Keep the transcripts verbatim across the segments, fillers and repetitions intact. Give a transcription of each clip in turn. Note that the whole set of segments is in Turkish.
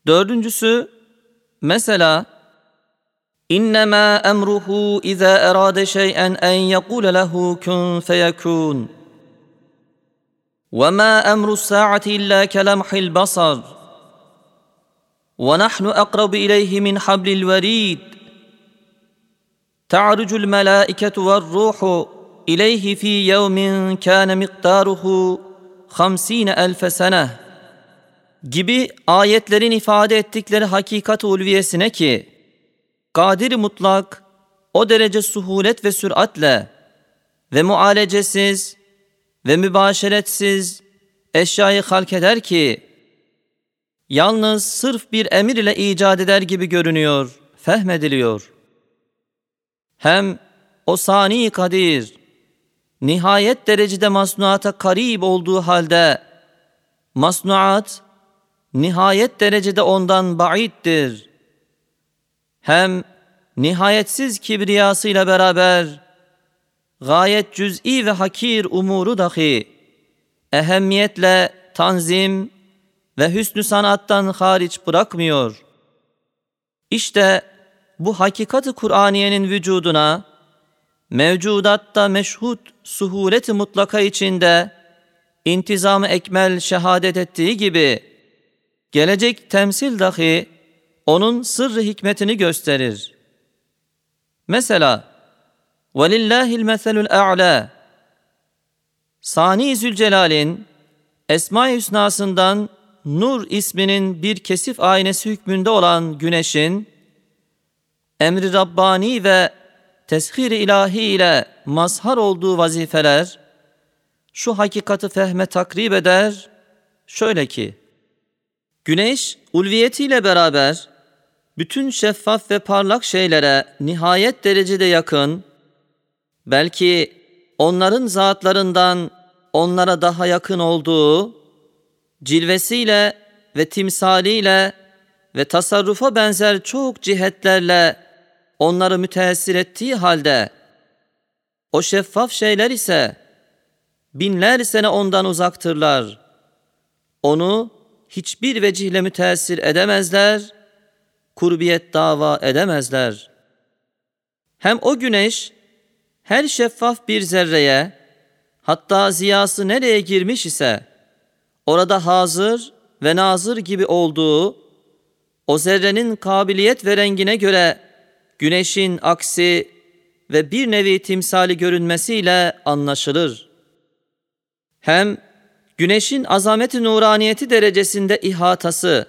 Dördüncüsü, mesela İnnemâ emruhu izâ erâde şey'en en yekûle lehu kun feyekûn. وَمَا أَمْرُ السَّاعَةِ إِلَّا كَلَمْحِ الْبَصَرِ وَنَحْنُ أَقْرَبُ إِلَيْهِ مِنْ حَبْلِ الْوَرِيدِ تَعْرُجُ الْمَلَائِكَةُ وَالرُّوحُ إِلَيْهِ فِي يَوْمٍ كَانَ مِقْدَارُهُ خَمْسِينَ أَلْفَ سَنَةٍ gibi ayetlerin ifade ettikleri hakikat-ı ulviyesine ki, kadir mutlak, o derece suhulet ve süratle ve mualecesiz ve mübaşeretsiz eşyayı halk eder ki, yalnız sırf bir emir ile icat eder gibi görünüyor, fehmediliyor. Hem o sani kadir, nihayet derecede masnuata karib olduğu halde, masnuat, nihayet derecede ondan ba'iddir. Hem nihayetsiz kibriyasıyla beraber, gayet cüz'i ve hakir umuru dahi, ehemmiyetle tanzim ve hüsnü sanattan hariç bırakmıyor. İşte bu hakikat-ı Kur'aniyenin vücuduna, mevcudatta meşhud suhulet-i mutlaka içinde, intizam-ı ekmel şehadet ettiği gibi, gelecek temsil dahi, onun sırrı hikmetini gösterir. Mesela, وَلِلَّهِ الْمَثَلُ الْاَعْلَى Sani Zülcelal'in Esma-i Hüsnasından Nur isminin bir kesif aynesi hükmünde olan güneşin, emri Rabbani ve teshir-i ilahi ile mazhar olduğu vazifeler, şu hakikati fehme takrib eder, şöyle ki, güneş ulviyetiyle beraber, bütün şeffaf ve parlak şeylere nihayet derecede yakın, belki onların zatlarından onlara daha yakın olduğu, cilvesiyle ve timsaliyle ve tasarrufa benzer çok cihetlerle onları müteessir ettiği halde, o şeffaf şeyler ise binler sene ondan uzaktırlar. Onu hiçbir vecihle müteessir edemezler, kurbiyet dava edemezler. Hem o güneş, her şeffaf bir zerreye, hatta ziyası nereye girmiş ise, orada hazır ve nazır gibi olduğu, o zerrenin kabiliyet ve rengine göre, güneşin aksi ve bir nevi timsali görünmesiyle anlaşılır. Hem güneşin azamet-i nuraniyeti derecesinde ihatası,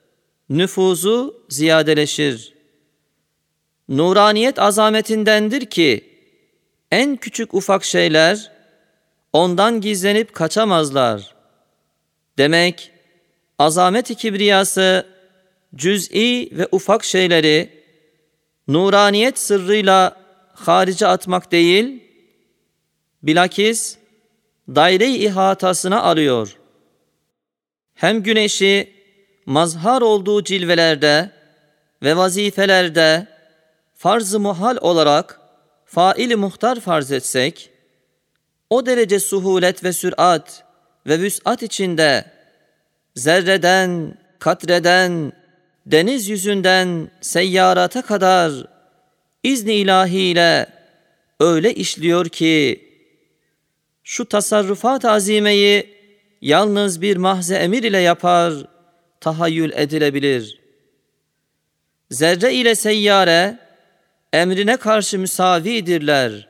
nüfuzu ziyadeleşir. Nuraniyet azametindendir ki, en küçük ufak şeyler ondan gizlenip kaçamazlar. Demek, azamet-i kibriyası, cüz'i ve ufak şeyleri, nuraniyet sırrıyla harice atmak değil, bilakis daire-i ihatasına arıyor. Hem güneşi mazhar olduğu cilvelerde ve vazifelerde farz-ı muhal olarak fail-i muhtar farz etsek, o derece suhulet ve sürat ve vüs'at içinde zerreden, katreden, deniz yüzünden seyyarata kadar izni ilahiyle öyle işliyor ki, şu tasarrufat azimeyi yalnız bir mahze emir ile yapar, tahayyül edilebilir. Zerre ile seyyare, emrine karşı müsavidirler.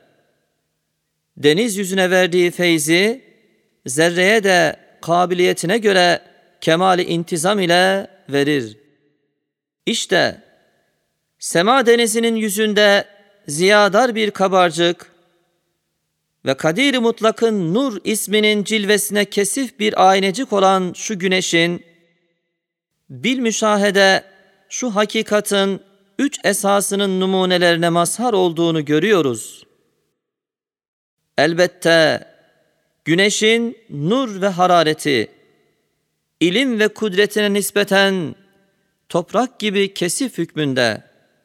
Deniz yüzüne verdiği feyzi, zerreye de kabiliyetine göre kemali intizam ile verir. İşte, sema denizinin yüzünde ziyadar bir kabarcık ve Kadir-i Mutlak'ın Nur isminin cilvesine kesif bir aynecik olan şu güneşin, bil müşahede şu hakikatin üç esasının numunelerine mazhar olduğunu görüyoruz. Elbette güneşin nur ve harareti, ilim ve kudretine nispeten toprak gibi kesif hükmünde.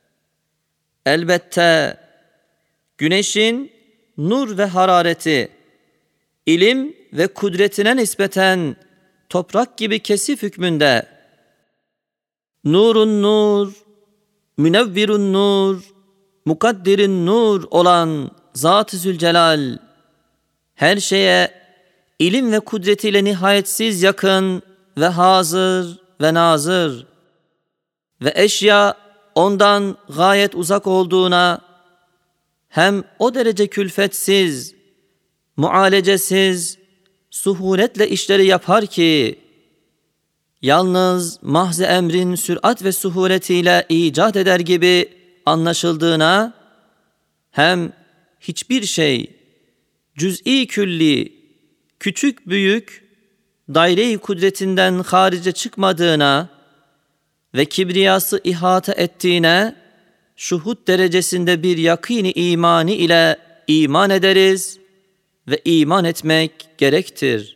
Elbette güneşin nur ve harareti, ilim ve kudretine nispeten toprak gibi kesif hükmünde. Nurun nur, münevvirun nur, mukaddirin nur olan Zat-ı Zülcelal, her şeye ilim ve kudretiyle nihayetsiz yakın ve hazır ve nazır ve eşya ondan gayet uzak olduğuna, hem o derece külfetsiz, mualecesiz, suhuletle işleri yapar ki, yalnız mahz-ı emrin sürat ve suhuletiyle icat eder gibi anlaşıldığına, hem hiçbir şey cüz'i külli, küçük büyük, daire-i kudretinden harice çıkmadığına ve kibriyası ihata ettiğine, şuhud derecesinde bir yakîn-i imani ile iman ederiz ve iman etmek gerektir.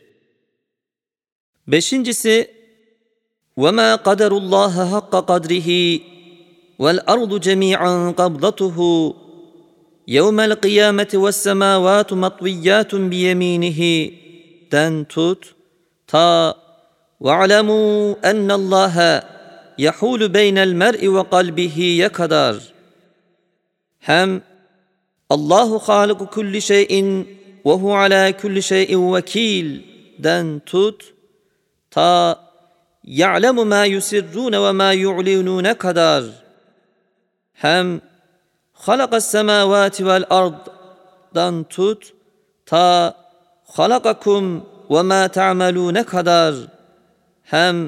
Beşincisi, وَمَا قَدَرُ اللّٰهَ حَقَّ قَدْرِهِ وَالْأَرْضُ جَمِيعًا قَبْضَتُهُ يَوْمَ الْقِيَامَةِ وَالسَّمَاوَاتُ مَطْوِيَّاتٌ بِيَمِينِهِ den tut ta وَعْلَمُوا أَنَّ اللّٰهَ يَحُولُ بَيْنَ الْمَرْءِ وَقَلْبِهِ'ye kadar, hem Allahu hâliku kulli şeyin ve hu alâ kulli şeyin vekîl den tut ta ya'lemu mâ yusirrûne ve mâ yu'linûne kadar, hem halakas semâvâti vel ard'dan tut ta halakakum ve mâ ta'melûne kadar, hem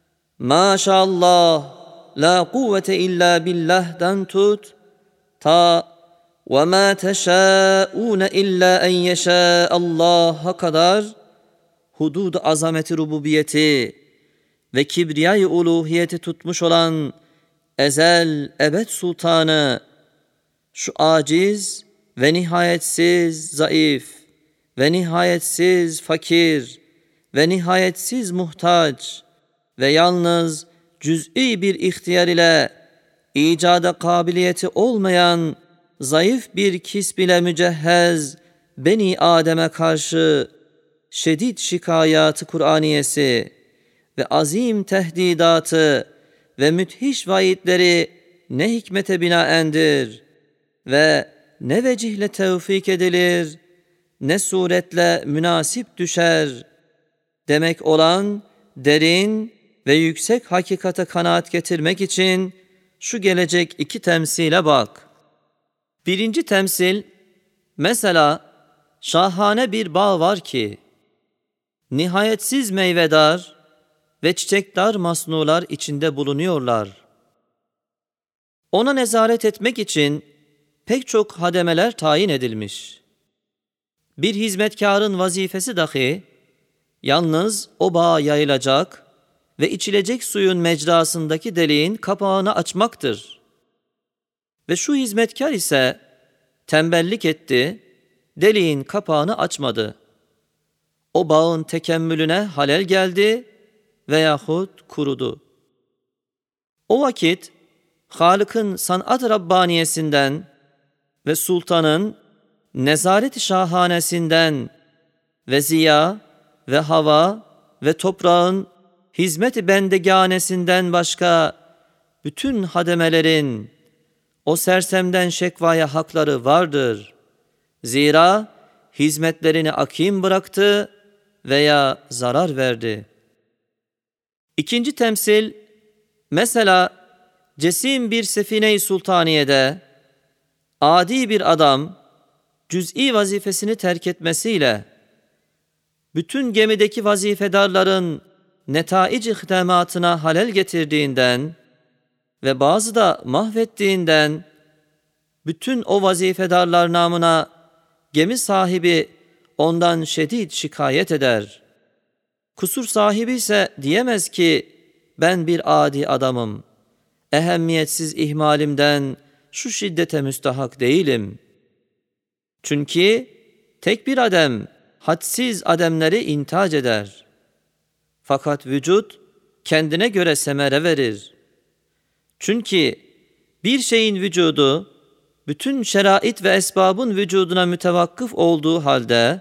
maşallah la kuvvete illa billah'dan tut ta وَمَا تَشَاءُونَ اِلَّا اَنْ يَشَاءَ اللّٰه'a kadar hudud-u azameti rububiyeti ve kibriyayı uluhiyeti tutmuş olan ezel ebed sultanı, şu aciz ve nihayetsiz zayıf ve nihayetsiz fakir ve nihayetsiz muhtaç ve yalnız cüz'i bir ihtiyar ile icada kabiliyeti olmayan zayıf bir kisb ile mücehhez Beni Adem'e karşı şedid şikayatı Kur'aniyesi ve azim tehdidatı ve müthiş vaidleri ne hikmete binaendir ve ne vecihle tevfik edilir, ne suretle münasip düşer demek olan derin ve yüksek hakikate kanaat getirmek için şu gelecek iki temsile bak. Birinci temsil, mesela şahane bir bağ var ki, nihayetsiz meyvedar ve çiçekdar masnular içinde bulunuyorlar. Ona nezaret etmek için pek çok hademeler tayin edilmiş. Bir hizmetkarın vazifesi dahi, yalnız o bağa yayılacak ve içilecek suyun mecrasındaki deliğin kapağını açmaktır. Ve şu hizmetkar ise tembellik etti, deliğin kapağını açmadı. O bağın tekemmülüne halel geldi veyahut kurudu. O vakit Halık'ın sanat Rabbaniyesinden ve sultanın nezaret-i şahanesinden ve ziya ve hava ve toprağın hizmet-i bendeganesinden başka bütün hademelerin o sersemden şekvaya hakları vardır. Zira hizmetlerini akim bıraktı veya zarar verdi. İkinci temsil, mesela cesim bir sefine-i sultaniyede adi bir adam cüz'i vazifesini terk etmesiyle bütün gemideki vazifedarların netaic-i hıdematına halel getirdiğinden ve bazı da mahvettiğinden bütün o vazifedarlar namına gemi sahibi ondan şedid şikayet eder. Kusur sahibi ise diyemez ki ben bir adi adamım, ehemmiyetsiz ihmalimden şu şiddete müstahak değilim. Çünkü tek bir adem hadsiz ademleri intac eder. Fakat vücut kendine göre semere verir. Çünkü bir şeyin vücudu bütün şerait ve esbabın vücuduna mütevakkıf olduğu halde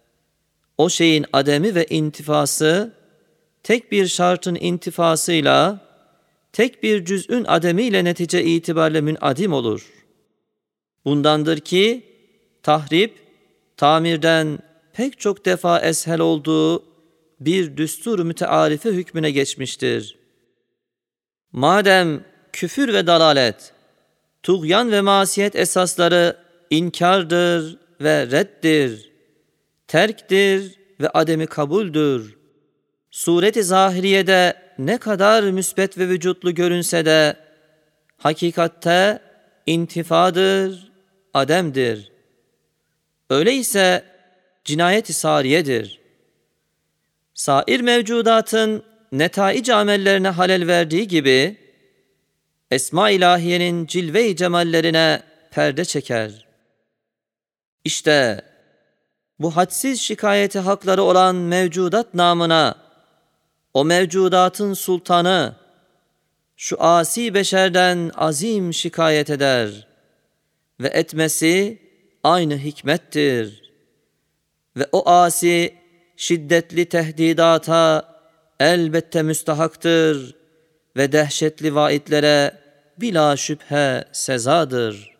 o şeyin ademi ve intifası tek bir şartın intifasıyla tek bir cüz'ün ademiyle netice itibariyle münadim olur. Bundandır ki tahrip, tamirden pek çok defa eshel olduğu bir düstur mütearife hükmüne geçmiştir. Madem küfür ve dalalet, tuğyan ve masiyet esasları inkardır ve reddir, terktir ve ademi kabuldür. Suret-i zahiriyede ne kadar müsbet ve vücutlu görünse de hakikatte intifadır, ademdir. Öyleyse cinayet-i sariyedir. Sair mevcudatın netaic amellerine halel verdiği gibi Esma-i İlahiye'nin cilve-i cemallerine perde çeker. İşte bu hadsiz şikayeti hakları olan mevcudat namına o mevcudatın sultanı şu asi beşerden azim şikayet eder ve etmesi aynı hikmettir. Ve o asi şiddetli tehdidata elbette müstahaktır ve dehşetli vaitlere bila şüphe sezadır.